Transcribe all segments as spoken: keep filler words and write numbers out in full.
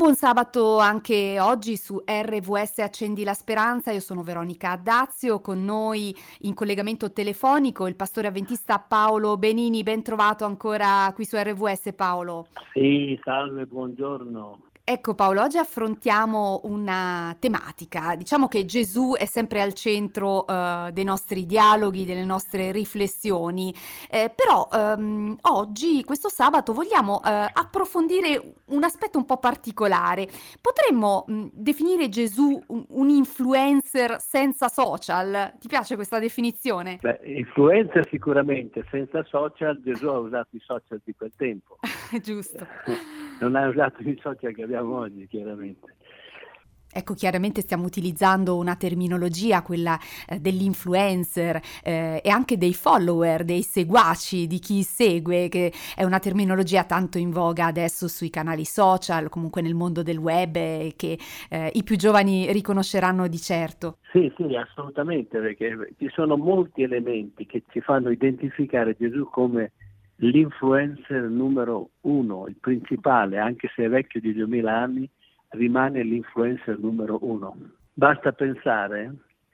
buon sabato anche oggi su R V S Accendi la Speranza. Io sono Veronica Addazio, con noi in collegamento telefonico il pastore avventista Paolo Benini. Ben trovato ancora qui su R V S, Paolo. Sì, salve, buongiorno. Ecco Paolo, oggi affrontiamo una tematica. Diciamo che Gesù è sempre al centro eh, dei nostri dialoghi, delle nostre riflessioni, eh, però ehm, oggi, questo sabato, vogliamo eh, approfondire un aspetto un po' particolare. Potremmo mh, definire Gesù un, un influencer senza social? Ti piace questa definizione? Beh, influencer sicuramente, senza social Gesù ha usato i social di quel tempo. Giusto. Non ha usato i social che abbiamo oggi, chiaramente. Ecco, chiaramente stiamo utilizzando una terminologia, quella eh, dell'influencer eh, e anche dei follower, dei seguaci, di chi segue, che è una terminologia tanto in voga adesso sui canali social, comunque nel mondo del web, e che eh, i più giovani riconosceranno di certo. Sì, sì, assolutamente, perché ci sono molti elementi che ci fanno identificare Gesù come l'influencer numero uno, il principale, anche se è vecchio di duemila anni, rimane l'influencer numero uno. Basta pensare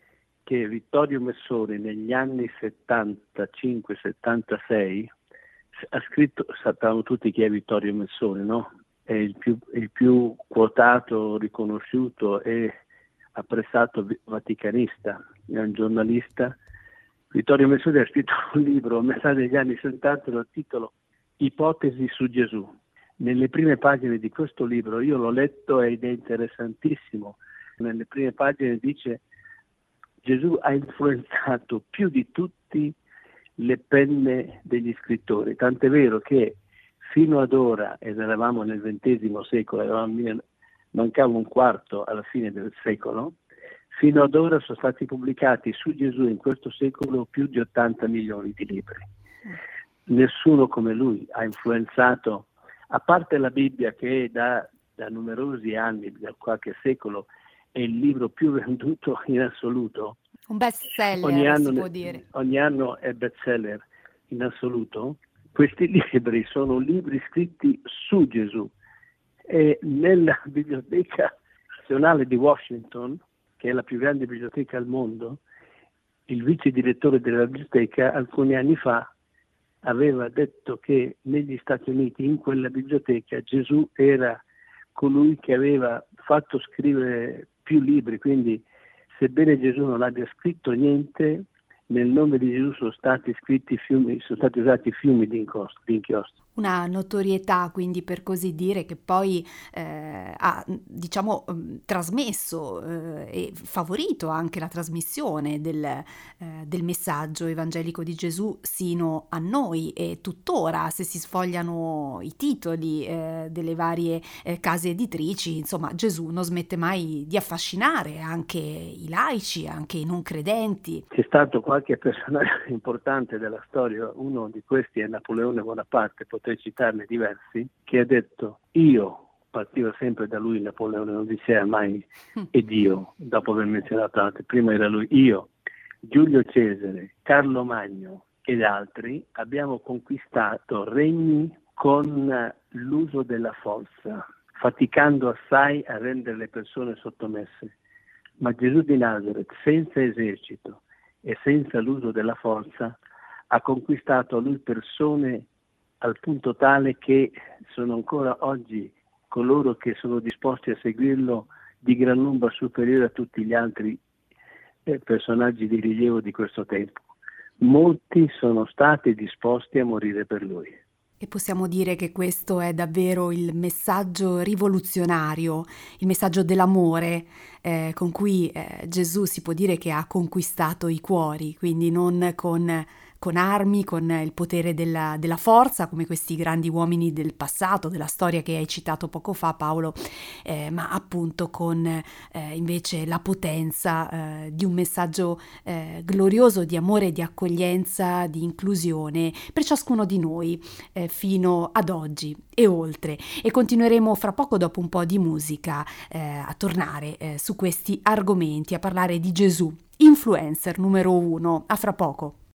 che Vittorio Messori negli anni settantacinque settantasei ha scritto, sappiamo tutti chi è Vittorio Messori, no? È il più, il più quotato, riconosciuto e apprezzato vaticanista, è un giornalista. Vittorio Messori ha scritto un libro a metà degli anni settanta dal titolo Ipotesi su Gesù. Nelle prime pagine di questo libro, io l'ho letto ed è interessantissimo, nelle prime pagine dice: Gesù ha influenzato più di tutti le penne degli scrittori, tant'è vero che fino ad ora, ed eravamo nel ventesimo secolo, eravamo, mancava un quarto alla fine del secolo, fino ad ora sono stati pubblicati su Gesù in questo secolo più di ottanta milioni di libri. Nessuno come lui ha influenzato, a parte la Bibbia che da, da numerosi anni, da qualche secolo, è il libro più venduto in assoluto. Un best seller, ogni anno, si può dire. Ogni anno è best seller in assoluto. Questi libri sono libri scritti su Gesù. E nella Biblioteca Nazionale di Washington, che è la più grande biblioteca al mondo, il vice direttore della biblioteca alcuni anni fa aveva detto che negli Stati Uniti, in quella biblioteca, Gesù era colui che aveva fatto scrivere più libri, quindi sebbene Gesù non abbia scritto niente, nel nome di Gesù sono stati scritti fiumi, sono stati usati fiumi di inchiostro. Una notorietà, quindi, per così dire, che poi eh, ha, diciamo, trasmesso eh, e favorito anche la trasmissione del, eh, del messaggio evangelico di Gesù sino a noi, e tuttora, se si sfogliano i titoli eh, delle varie eh, case editrici, insomma, Gesù non smette mai di affascinare anche i laici, anche i non credenti. C'è stato qualche personaggio importante della storia, uno di questi è Napoleone Bonaparte, potrei citarne diversi, che ha detto: io, partiva sempre da lui Napoleone, non diceva mai ed io, dopo aver menzionato altri, prima era lui, io, Giulio Cesare, Carlo Magno ed altri abbiamo conquistato regni con l'uso della forza, faticando assai a rendere le persone sottomesse. Ma Gesù di Nazaret, senza esercito e senza l'uso della forza, ha conquistato a lui persone al punto tale che sono ancora oggi coloro che sono disposti a seguirlo di gran lunga superiore a tutti gli altri eh, personaggi di rilievo di questo tempo. Molti sono stati disposti a morire per lui. E possiamo dire che questo è davvero il messaggio rivoluzionario, il messaggio dell'amore eh, con cui eh, Gesù si può dire che ha conquistato i cuori, quindi non con, con armi, con il potere della, della forza, come questi grandi uomini del passato, della storia che hai citato poco fa, Paolo, eh, ma appunto con eh, invece la potenza eh, di un messaggio eh, glorioso di amore, di accoglienza, di inclusione per ciascuno di noi. Eh, fino ad oggi e oltre, e continueremo fra poco, dopo un po' di musica, eh, a tornare eh, su questi argomenti, a parlare di Gesù, influencer numero uno. A fra poco.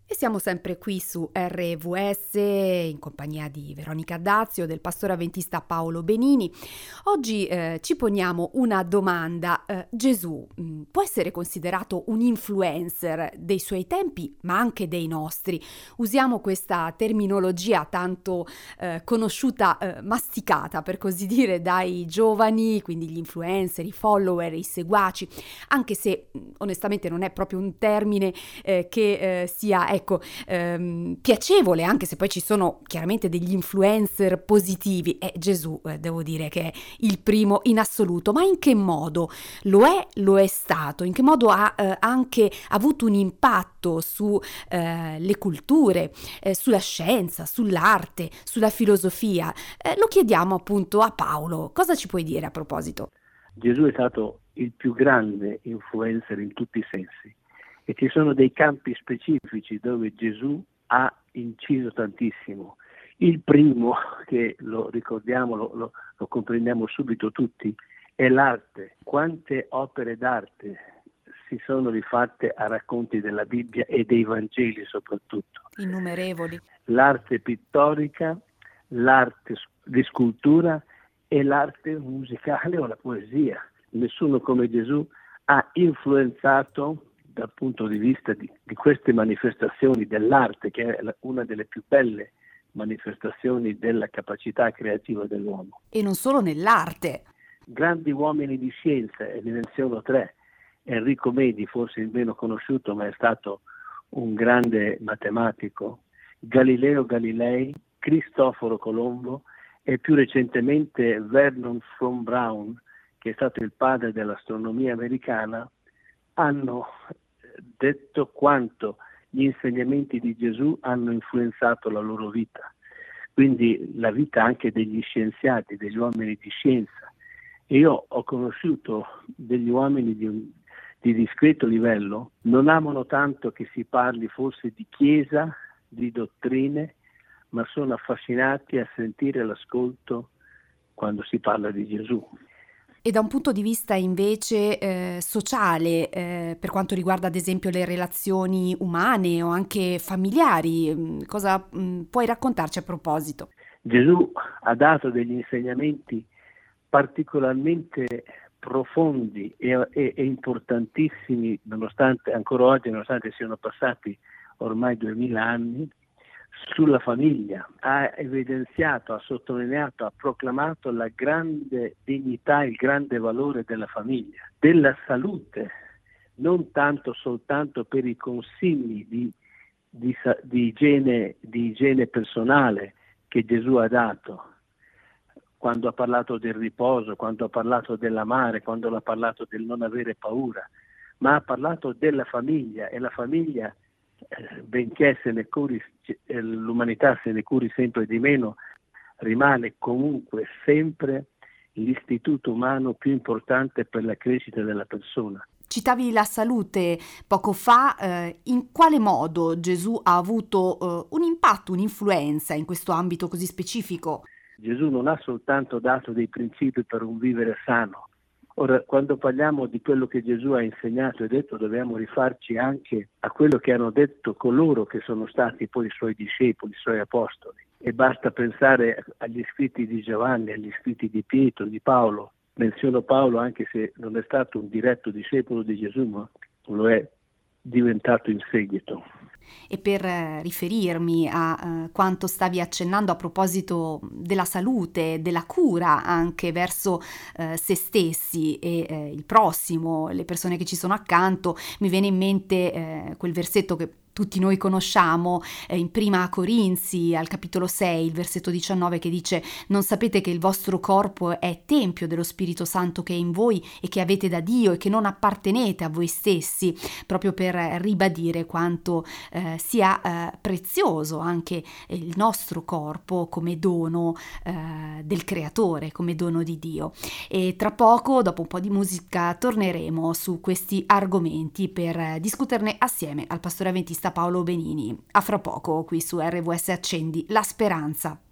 E siamo sempre qui su R V S in compagnia di Veronica Dazio, del pastore avventista Paolo Benini. Oggi eh, ci poniamo una domanda. Eh, Gesù mh, può essere considerato un influencer dei suoi tempi, ma anche dei nostri? Usiamo questa terminologia tanto eh, conosciuta, eh, masticata per così dire, dai giovani, quindi gli influencer, i follower, i seguaci, anche se mh, onestamente non è proprio un termine eh, che eh, sia ecco, ehm, piacevole, anche se poi ci sono chiaramente degli influencer positivi. E Gesù, eh, devo dire che è il primo in assoluto, ma in che modo lo è, lo è stato? In che modo ha eh, anche avuto un impatto su eh, le culture, eh, sulla scienza, sull'arte, sulla filosofia? Eh, lo chiediamo appunto a Paolo. Cosa ci puoi dire a proposito? Gesù è stato il più grande influencer in tutti i sensi. E ci sono dei campi specifici dove Gesù ha inciso tantissimo. Il primo, che lo ricordiamo, lo, lo, lo comprendiamo subito tutti, è l'arte. Quante opere d'arte si sono rifatte a racconti della Bibbia e dei Vangeli soprattutto. Innumerevoli. L'arte pittorica, l'arte di scultura e l'arte musicale o la poesia. Nessuno come Gesù ha influenzato dal punto di vista di, di queste manifestazioni dell'arte, che è una delle più belle manifestazioni della capacità creativa dell'uomo. E non solo nell'arte. Grandi uomini di scienza, e ne menziono tre. Enrico Medi, forse il meno conosciuto, ma è stato un grande matematico, Galileo Galilei, Cristoforo Colombo e più recentemente Vernon von Braun, che è stato il padre dell'astronomia americana, hanno detto quanto gli insegnamenti di Gesù hanno influenzato la loro vita, quindi la vita anche degli scienziati, degli uomini di scienza. E io ho conosciuto degli uomini di, un, di discreto livello, non amano tanto che si parli forse di chiesa, di dottrine, ma sono affascinati a sentire l'ascolto quando si parla di Gesù. E da un punto di vista invece eh, sociale, eh, per quanto riguarda ad esempio le relazioni umane o anche familiari, mh, cosa mh, puoi raccontarci a proposito? Gesù ha dato degli insegnamenti particolarmente profondi e, e, e importantissimi, nonostante ancora oggi, nonostante siano passati ormai duemila anni, sulla famiglia. Ha evidenziato, ha sottolineato, ha proclamato la grande dignità, il grande valore della famiglia, della salute, non tanto soltanto per i consigli di, di, di, igiene, di igiene personale che Gesù ha dato, quando ha parlato del riposo, quando ha parlato dell'amare, quando ha parlato del non avere paura, ma ha parlato della famiglia, e la famiglia, benché se ne curi, l'umanità se ne curi sempre di meno, rimane comunque sempre l'istituto umano più importante per la crescita della persona. Citavi la salute poco fa, eh, in quale modo Gesù ha avuto eh, un impatto, un'influenza in questo ambito così specifico? Gesù non ha soltanto dato dei principi per un vivere sano. Ora, quando parliamo di quello che Gesù ha insegnato e detto, dobbiamo rifarci anche a quello che hanno detto coloro che sono stati poi i suoi discepoli, i suoi apostoli. E basta pensare agli scritti di Giovanni, agli scritti di Pietro, di Paolo. Menziono Paolo anche se non è stato un diretto discepolo di Gesù, ma lo è diventato in seguito. E per eh, riferirmi a eh, quanto stavi accennando a proposito della salute, della cura anche verso eh, se stessi e eh, il prossimo, le persone che ci sono accanto, mi viene in mente eh, quel versetto che tutti noi conosciamo eh, in Prima Corinzi al capitolo sei, il versetto diciannove, che dice: non sapete che il vostro corpo è tempio dello Spirito Santo che è in voi e che avete da Dio e che non appartenete a voi stessi, proprio per ribadire quanto eh, sia eh, prezioso anche il nostro corpo come dono eh, del Creatore, come dono di Dio. E tra poco, dopo un po' di musica, torneremo su questi argomenti per eh, discuterne assieme al pastore avventista Paolo Benini. A fra poco qui su R V S Accendi la speranza.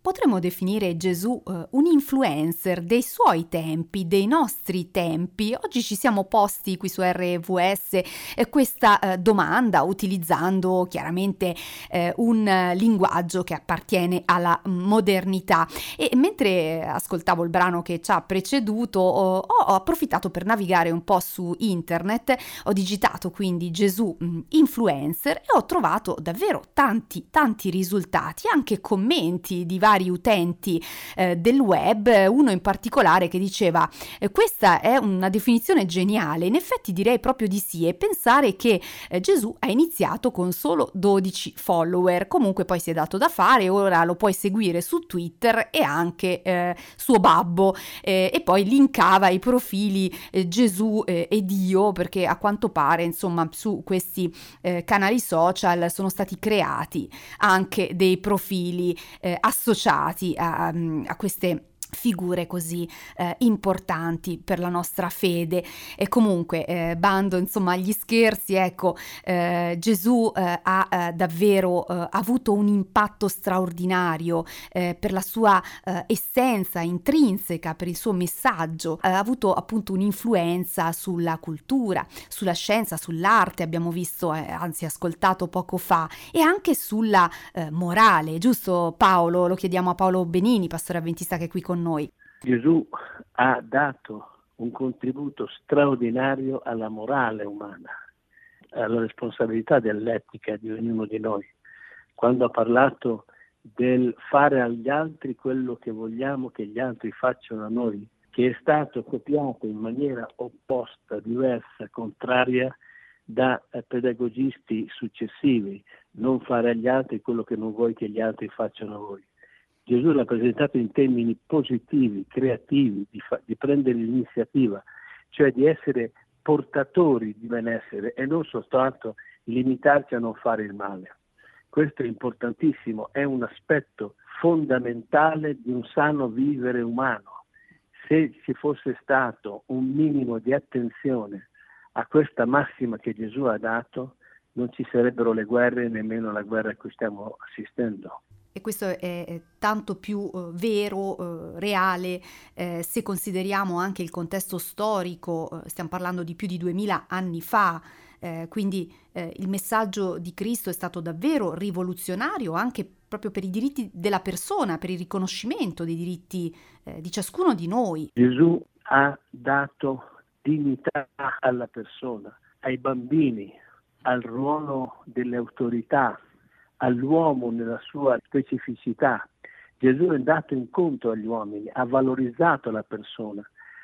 Potremmo definire Gesù eh, un influencer dei suoi tempi, dei nostri tempi. Oggi ci siamo posti qui su R V S eh, questa eh, domanda utilizzando chiaramente eh, un eh, linguaggio che appartiene alla modernità. E mentre ascoltavo il brano che ci ha preceduto ho, ho approfittato per navigare un po' su internet, ho digitato quindi Gesù mh, influencer e ho trovato davvero tanti tanti risultati, anche commenti di vari utenti eh, del web, uno in particolare che diceva eh, questa è una definizione geniale, in effetti direi proprio di sì, e pensare che eh, Gesù ha iniziato con solo dodici follower, comunque poi si è dato da fare, ora lo puoi seguire su Twitter e anche eh, suo babbo eh, e poi linkava i profili eh, Gesù eh, e Dio, perché a quanto pare insomma su questi eh, canali social sono stati creati anche dei profili eh, associati a, a queste figure così eh, importanti per la nostra fede. E comunque eh, bando insomma agli scherzi, ecco, eh, Gesù eh, ha eh, davvero eh, avuto un impatto straordinario eh, per la sua eh, essenza intrinseca, per il suo messaggio, ha avuto appunto un'influenza sulla cultura, sulla scienza, sull'arte, abbiamo visto, eh, anzi ascoltato poco fa, e anche sulla eh, morale, giusto Paolo? Lo chiediamo a Paolo Benini, pastore avventista che è qui con noi. Gesù ha dato un contributo straordinario alla morale umana, alla responsabilità dell'etica di ognuno di noi. Quando ha parlato del fare agli altri quello che vogliamo che gli altri facciano a noi, che è stato copiato in maniera opposta, diversa, contraria da pedagogisti successivi, non fare agli altri quello che non vuoi che gli altri facciano a voi. Gesù l'ha presentato in termini positivi, creativi, di, fa- di prendere l'iniziativa, cioè di essere portatori di benessere e non soltanto limitarci a non fare il male. Questo è importantissimo, è un aspetto fondamentale di un sano vivere umano. Se ci fosse stato un minimo di attenzione a questa massima che Gesù ha dato, non ci sarebbero le guerre, nemmeno la guerra a cui stiamo assistendo. E questo è, è tanto più eh, vero, eh, reale, eh, se consideriamo anche il contesto storico, eh, stiamo parlando di più di duemila anni fa, eh, quindi eh, il messaggio di Cristo è stato davvero rivoluzionario anche proprio per i diritti della persona, per il riconoscimento dei diritti eh, di ciascuno di noi. Gesù ha dato dignità alla persona, ai bambini, al ruolo delle autorità, all'uomo nella sua specificità. Gesù è andato incontro agli uomini, ha valorizzato la persona,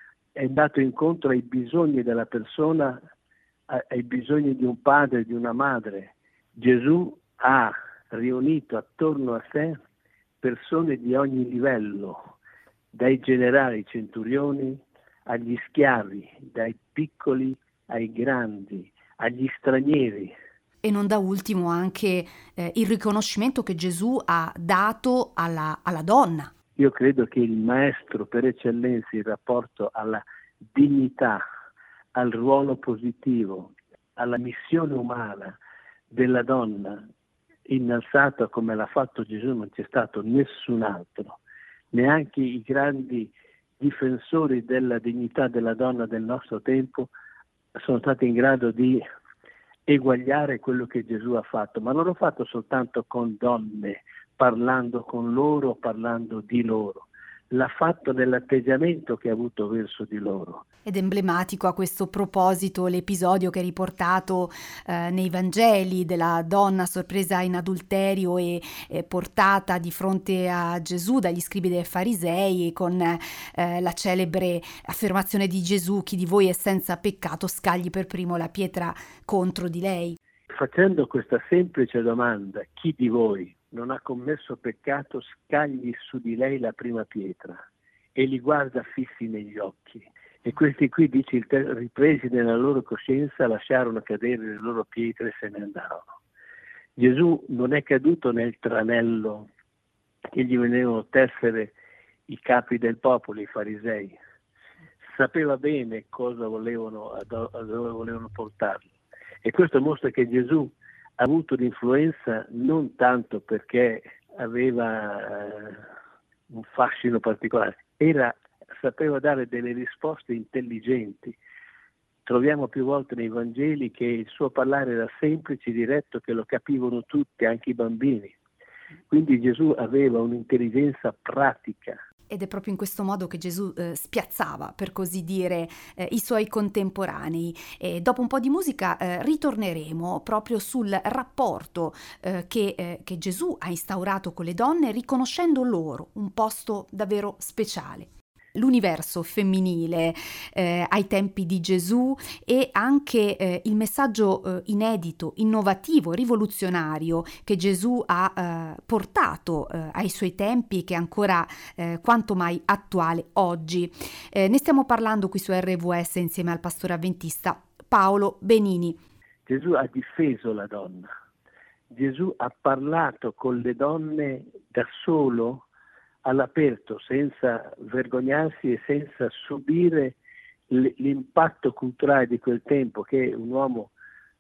è andato incontro ai bisogni della persona, ai bisogni di un padre, di una madre. Gesù ha riunito attorno a sé persone di ogni livello, dai generali centurioni agli schiavi, dai piccoli ai grandi, agli stranieri. E non da ultimo anche eh, il riconoscimento che Gesù ha dato alla, alla donna. Io credo che il maestro per eccellenza in rapporto alla dignità, al ruolo positivo, alla missione umana della donna, innalzata come l'ha fatto Gesù, non c'è stato nessun altro, neanche i grandi difensori della dignità della donna del nostro tempo sono stati in grado di eguagliare quello che Gesù ha fatto, ma non l'ha fatto soltanto con donne, parlando con loro, parlando di loro. L'ha fatto nell'atteggiamento che ha avuto verso di loro. Ed è emblematico a questo proposito l'episodio che è riportato eh, nei Vangeli della donna sorpresa in adulterio e eh, portata di fronte a Gesù dagli scribi dei farisei con eh, la celebre affermazione di Gesù: chi di voi è senza peccato scagli per primo la pietra contro di lei. Facendo questa semplice domanda, chi di voi non ha commesso peccato, scagli su di lei la prima pietra, e li guarda fissi negli occhi. E questi qui, dice il testo, ripresi nella loro coscienza, lasciarono cadere le loro pietre e se ne andarono. Gesù non è caduto nel tranello che gli venivano tessere i capi del popolo, i farisei. Sapeva bene cosa volevano, a dove volevano portarlo. E questo mostra che Gesù ha avuto l'influenza non tanto perché aveva eh, un fascino particolare, era, sapeva dare delle risposte intelligenti. Troviamo più volte nei Vangeli che il suo parlare era semplice, diretto, che lo capivano tutti, anche i bambini. Quindi Gesù aveva un'intelligenza pratica. Ed è proprio in questo modo che Gesù eh, spiazzava, per così dire, eh, i suoi contemporanei. E dopo un po' di musica eh, ritorneremo proprio sul rapporto eh, che, eh, che Gesù ha instaurato con le donne, riconoscendo loro un posto davvero speciale. L'universo femminile eh, ai tempi di Gesù e anche eh, il messaggio eh, inedito, innovativo, rivoluzionario che Gesù ha eh, portato eh, ai suoi tempi, che è ancora eh, quanto mai attuale oggi. Eh, ne stiamo parlando qui su R V S insieme al pastore avventista Paolo Benini. Gesù ha difeso la donna. Gesù ha parlato con le donne da solo, all'aperto, senza vergognarsi e senza subire l'impatto culturale di quel tempo, che un uomo,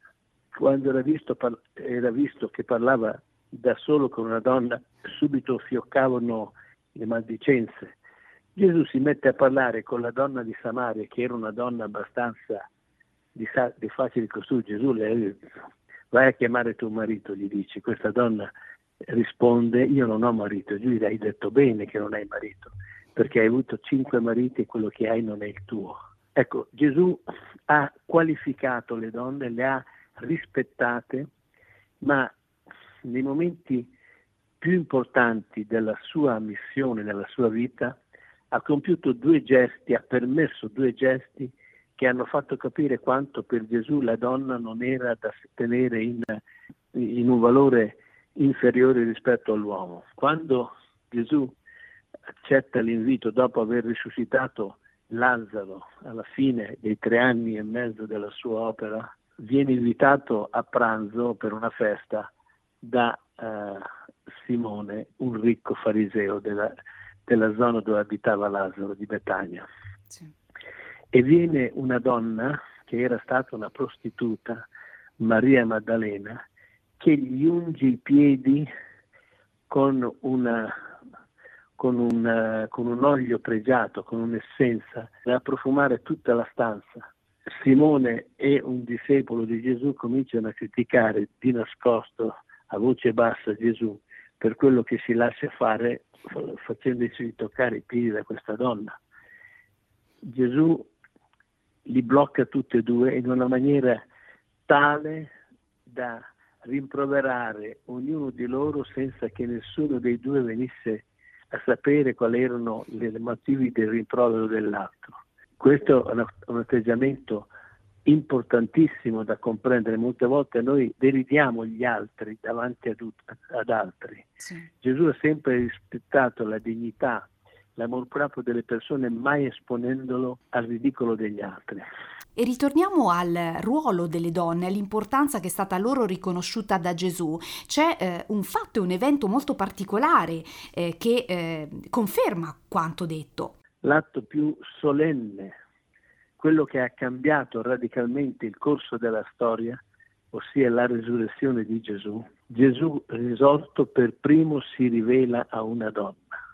quando era visto, era visto che parlava da solo con una donna, subito fioccavano le maldicenze. Gesù si mette a parlare con la donna di Samaria, che era una donna abbastanza di, di facile costume. Gesù le vai a chiamare tuo marito, gli dice. Questa donna risponde: io non ho marito. E lui: hai detto bene che non hai marito, perché hai avuto cinque mariti e quello che hai non è il tuo. Ecco, Gesù ha qualificato le donne, le ha rispettate, ma nei momenti più importanti della sua missione, nella sua vita, ha compiuto due gesti, ha permesso due gesti che hanno fatto capire quanto per Gesù la donna non era da tenere in, in un valore inferiore rispetto all'uomo. Quando Gesù accetta l'invito, dopo aver risuscitato Lazzaro alla fine dei tre anni e mezzo della sua opera, viene invitato a pranzo per una festa da eh, Simone, un ricco fariseo della, della zona dove abitava Lazzaro, di Betania. Sì. E viene una donna che era stata una prostituta, Maria Maddalena, che gli unge i piedi con, una, con, un, con un olio pregiato, con un'essenza, da profumare tutta la stanza. Simone e un discepolo di Gesù cominciano a criticare di nascosto, a voce bassa, Gesù per quello che si lascia fare, facendosi toccare i piedi da questa donna. Gesù li blocca tutti e due in una maniera tale da rimproverare ognuno di loro senza che nessuno dei due venisse a sapere quali erano i motivi del rimprovero dell'altro. Questo è un atteggiamento importantissimo da comprendere. Molte volte noi deridiamo gli altri davanti ad, ad altri. Sì. Gesù ha sempre rispettato la dignità, l'amor proprio delle persone, mai esponendolo al ridicolo degli altri. E ritorniamo al ruolo delle donne, all'importanza che è stata loro riconosciuta da Gesù. C'è eh, un fatto, un evento molto particolare eh, che eh, conferma quanto detto. L'atto più solenne, quello che ha cambiato radicalmente il corso della storia, ossia la risurrezione di Gesù. Gesù risorto per primo si rivela a una donna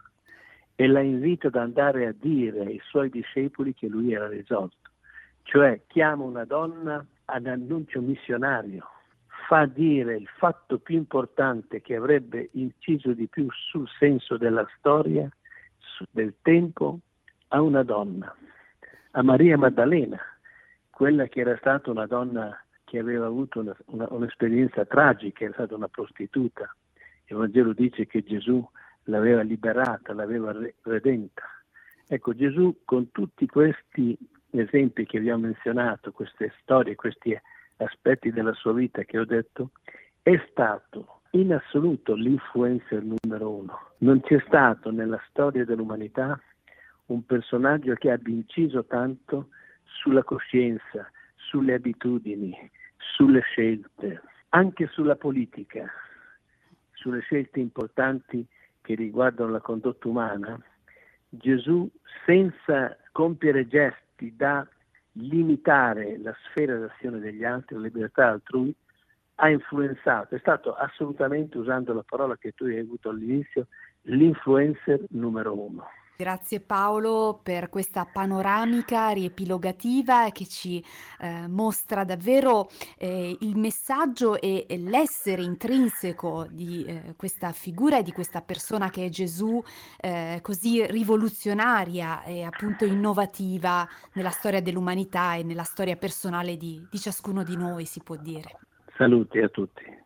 e la invita ad andare a dire ai suoi discepoli che lui era risorto. Cioè chiama una donna ad annuncio missionario, fa dire il fatto più importante che avrebbe inciso di più sul senso della storia, del tempo, a una donna, a Maria Maddalena, quella che era stata una donna che aveva avuto una, una, un'esperienza tragica, era stata una prostituta. Il Vangelo dice che Gesù l'aveva liberata, l'aveva redenta. Ecco, Gesù con tutti questi esempi che vi ho menzionato, queste storie, questi aspetti della sua vita che ho detto, è stato in assoluto l'influencer numero uno. Non c'è stato nella storia dell'umanità un personaggio che abbia inciso tanto sulla coscienza, sulle abitudini, sulle scelte, anche sulla politica, sulle scelte importanti che riguardano la condotta umana. Gesù, senza compiere gesti da limitare la sfera d'azione degli altri, la libertà altrui, ha influenzato, è stato assolutamente, usando la parola che tu hai avuto all'inizio, l'influencer numero uno. Grazie Paolo per questa panoramica riepilogativa che ci eh, mostra davvero eh, il messaggio e, e l'essere intrinseco di eh, questa figura e di questa persona che è Gesù, eh, così rivoluzionaria e appunto innovativa nella storia dell'umanità e nella storia personale di, di ciascuno di noi, si può dire. Saluti a tutti.